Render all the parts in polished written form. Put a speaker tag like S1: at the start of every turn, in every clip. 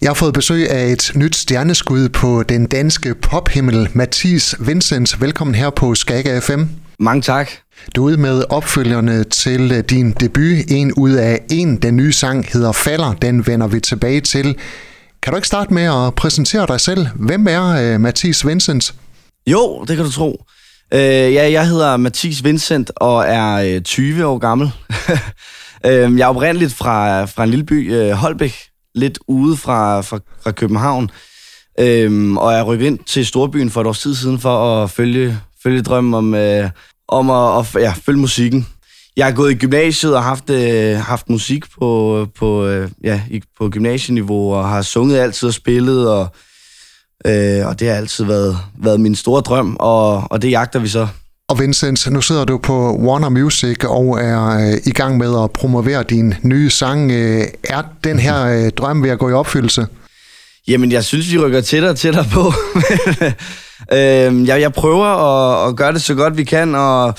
S1: Jeg har fået besøg af et nyt stjerneskud på den danske pophimmel, Mathies Vincent. Velkommen her på Skaga FM.
S2: Mange tak.
S1: Du er ude med opfølgerne til din debut. En ud af en. Den nye sang hedder Falder. Den vender vi tilbage til. Kan du ikke starte med at præsentere dig selv? Hvem er Mathies Vincent?
S2: Jo, det kan du tro. Jeg hedder Mathies Vincent og er 20 år gammel. Jeg er oprindeligt fra en lille by, Holbæk, lidt ude fra København. Og jeg er rykket ind til storbyen for et års tid siden for at følge drømmen om at følge musikken. Jeg har gået i gymnasiet og haft musik på gymnasieniveau og har sunget altid og spillet, og det har altid været min store drøm, og det jagter vi så.
S1: Og Vincent, nu sidder du på Warner Music og er i gang med at promovere din nye sang. Er den her drøm ved at gå i opfyldelse?
S2: Jamen, jeg synes, vi rykker tættere og tættere på. Jeg prøver at gøre det så godt vi kan, og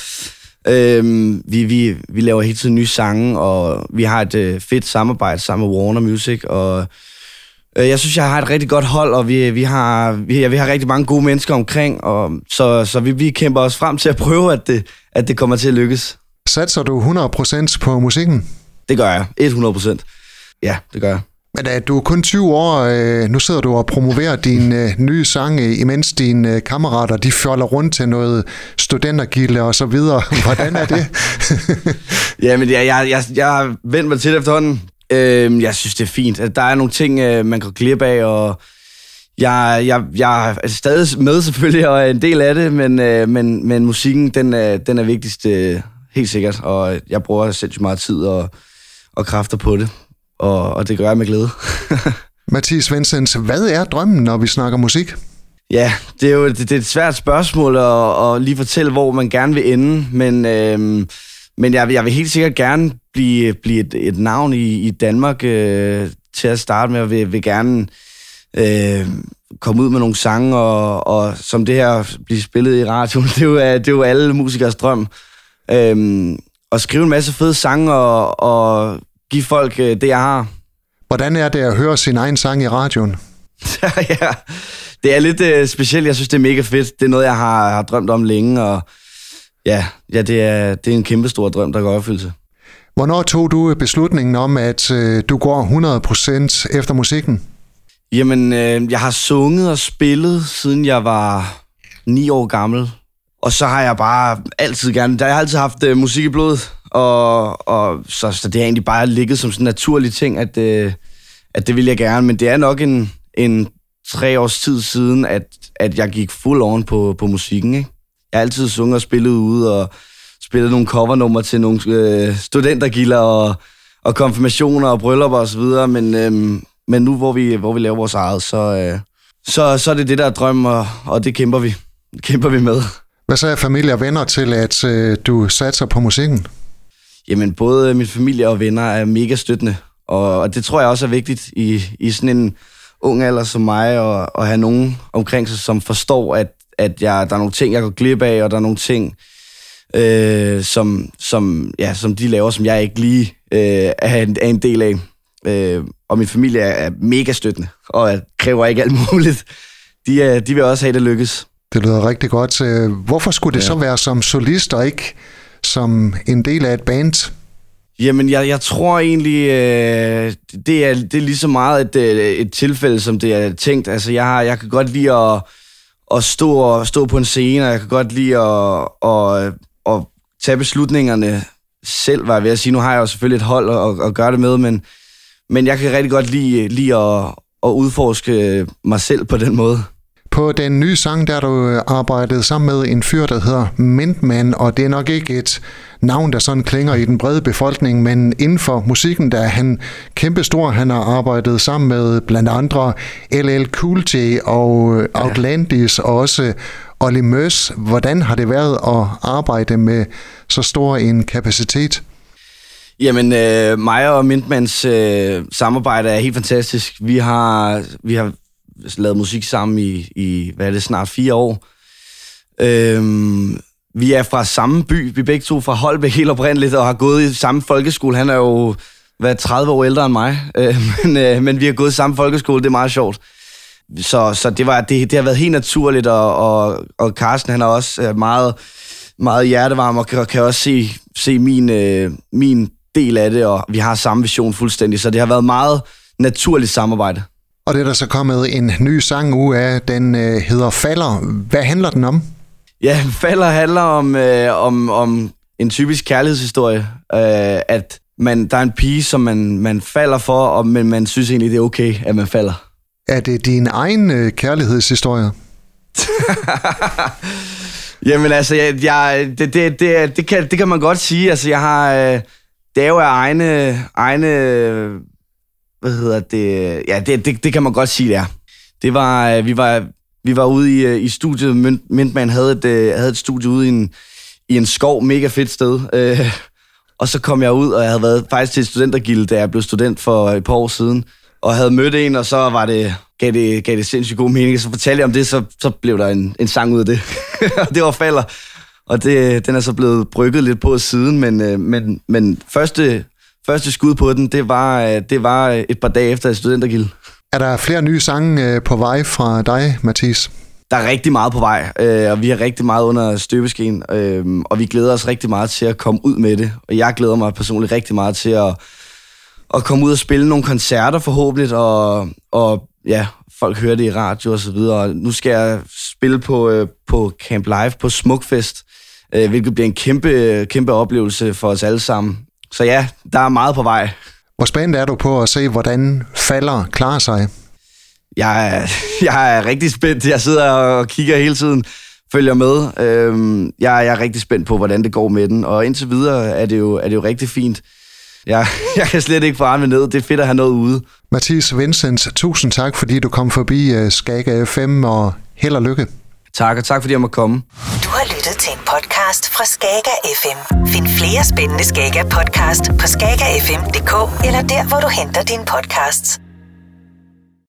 S2: vi laver hele tiden nye sange, og vi har et fedt samarbejde sammen med Warner Music, og jeg synes, jeg har et rigtig godt hold, og vi har rigtig mange gode mennesker omkring, og så vi kæmper os frem til at prøve, at det kommer til at lykkes.
S1: Satser du 100% på musikken?
S2: Det gør jeg. 100%. Ja, det gør jeg.
S1: Men du er kun 20 år. Nu sidder du og promoverer din nye sang, imens dine kammerater de fjoller rundt til noget studentergilde og så videre. Hvordan er det?
S2: Jamen, jeg har vendt mig til det efterhånden. Jeg synes, det er fint. Der er nogle ting, man kan glip af, og jeg er stadig med selvfølgelig, og er en del af det, men musikken, den er vigtigst, helt sikkert, og jeg bruger sindssygt meget tid og kræfter på det, og det gør jeg med glæde.
S1: Mathies Vincent, hvad er drømmen, når vi snakker musik?
S2: Ja, det er et svært spørgsmål at lige fortælle, hvor man gerne vil ende, men jeg vil helt sikkert gerne blive et navn i Danmark til at starte med, og vil gerne komme ud med nogle sange, og som det her bliver spillet i radioen, det er jo alle musikers drøm. At skrive en masse fede sange og give folk det, jeg har. Hvordan er det at høre sin egen sang i radioen? Ja, det er lidt specielt. Jeg synes, det er mega fedt. Det er noget, jeg har drømt om længe, og ja, det er en kæmpe stor drøm, der går i opfyldelse.
S1: Hvornår tog du beslutningen om, at du går 100% efter musikken?
S2: Jamen, jeg har sunget og spillet, siden jeg var 9 år gammel. Og så har jeg bare altid gerne... Jeg har altid haft musik i blodet, og så det har egentlig bare ligget som sådan en naturlig ting, at det vil jeg gerne. Men det er nok en 3 års tid siden, at jeg gik full on på musikken, ikke? Jeg har altid sunget og spillet ude, og spillet nogle covernumre til nogle studentergilder og konfirmationer og bryllupper og så videre, men nu hvor vi laver vores eget, så er det der er drøm, og det kæmper vi med.
S1: Hvad så er familie og venner til, at du satser på musikken?
S2: Jamen, både min familie og venner er mega støttende, og det tror jeg også er vigtigt i sådan en ung alder som mig, at have nogen omkring sig, som forstår, at der er nogle ting, jeg går glip af, og der er nogle ting, som de laver, som jeg ikke lige er en del af. Og min familie er mega støttende, og kræver ikke alt muligt. De vil også have det lykkes. Det
S1: lyder rigtig godt. Hvorfor skulle det så være som solist, og ikke som en del af et band?
S2: Jamen, jeg tror egentlig, det er lige så meget et tilfælde, som det er tænkt. Altså, jeg kan godt lide at stå på en scene, og jeg kan godt lide at tage beslutningerne selv, var jeg ved at sige. Nu har jeg jo selvfølgelig et hold at gøre det med, men jeg kan rigtig godt lide at udforske mig selv på den måde.
S1: På den nye sang, der har du arbejdet sammen med en fyr, der hedder Mintman, og det er nok ikke et navn, der sådan klinger i den brede befolkning, men inden for musikken, der er han kæmpestor. Han har arbejdet sammen med blandt andre LL Cool J og Outlandis og også Olly Murs. Hvordan har det været at arbejde med så stor en kapacitet?
S2: Jamen, mig og Mintmans samarbejde er helt fantastisk. Vi har lavet musik sammen i snart 4 år. Vi er fra samme by. Vi er begge to fra Holbæk helt oprindeligt, og har gået i samme folkeskole. Han er jo 30 år ældre end mig, men vi har gået samme folkeskole, det er meget sjovt. Så det har været helt naturligt, og Carsten, han er også meget, meget hjertevarm, og kan også se min del af det, og vi har samme vision fuldstændig, så det har været meget naturligt samarbejde.
S1: Og det er der så kommet en ny sang ud af, den hedder Falder. Hvad handler den om?
S2: Ja, Falder handler om en typisk kærlighedshistorie, at der er en pige, som man falder for, men man synes egentlig, det er okay, at man falder.
S1: Er det din egen kærlighedshistorie?
S2: Jamen altså, det kan man godt sige. Altså, jeg har... det er jo af egne hvad hedder det? Ja, det kan man godt sige, det er. Det var... Vi var ude i studiet. Mintman havde et studie ude i en skov. Mega fedt sted. Og så kom jeg ud, og jeg havde været faktisk til et studentergilde, da jeg blev student for et par år siden. Og havde mødt en, og så gav det sindssygt god mening. Så fortalte jeg om det, så blev der en sang ud af det. Og det var Falder. Og den er så blevet brygget lidt på siden, men første skud på den, det var et par dage efter et studentergilde.
S1: Er der flere nye sange på vej fra dig, Mathias?
S2: Der er rigtig meget på vej, og vi har rigtig meget under støbeskeen, og vi glæder os rigtig meget til at komme ud med det. Og jeg glæder mig personligt rigtig meget til at komme ud og spille nogle koncerter forhåbentlig, og ja, folk hører det i radio og så videre. Og nu skal jeg spille på Camp Live på Smukfest, hvilket bliver en kæmpe oplevelse for os alle sammen. Så ja, der er meget på vej.
S1: Hvor spændt er du på at se, hvordan Falder klarer sig?
S2: Jeg er rigtig spændt. Jeg sidder og kigger hele tiden, følger med. Jeg er rigtig spændt på, hvordan det går med den. Og indtil videre er det jo rigtig fint. Jeg kan slet ikke få armene ned. Det er fedt at have noget ude.
S1: Mathias Vincents, tusind tak, fordi du kom forbi Skaga FM, og held og lykke.
S2: Tak, og tak fordi jeg måtte komme.
S3: Du har lyttet til en podcast fra Skaga FM. Find flere spændende Skaga podcast på skagafm.dk eller der, hvor du henter dine podcasts.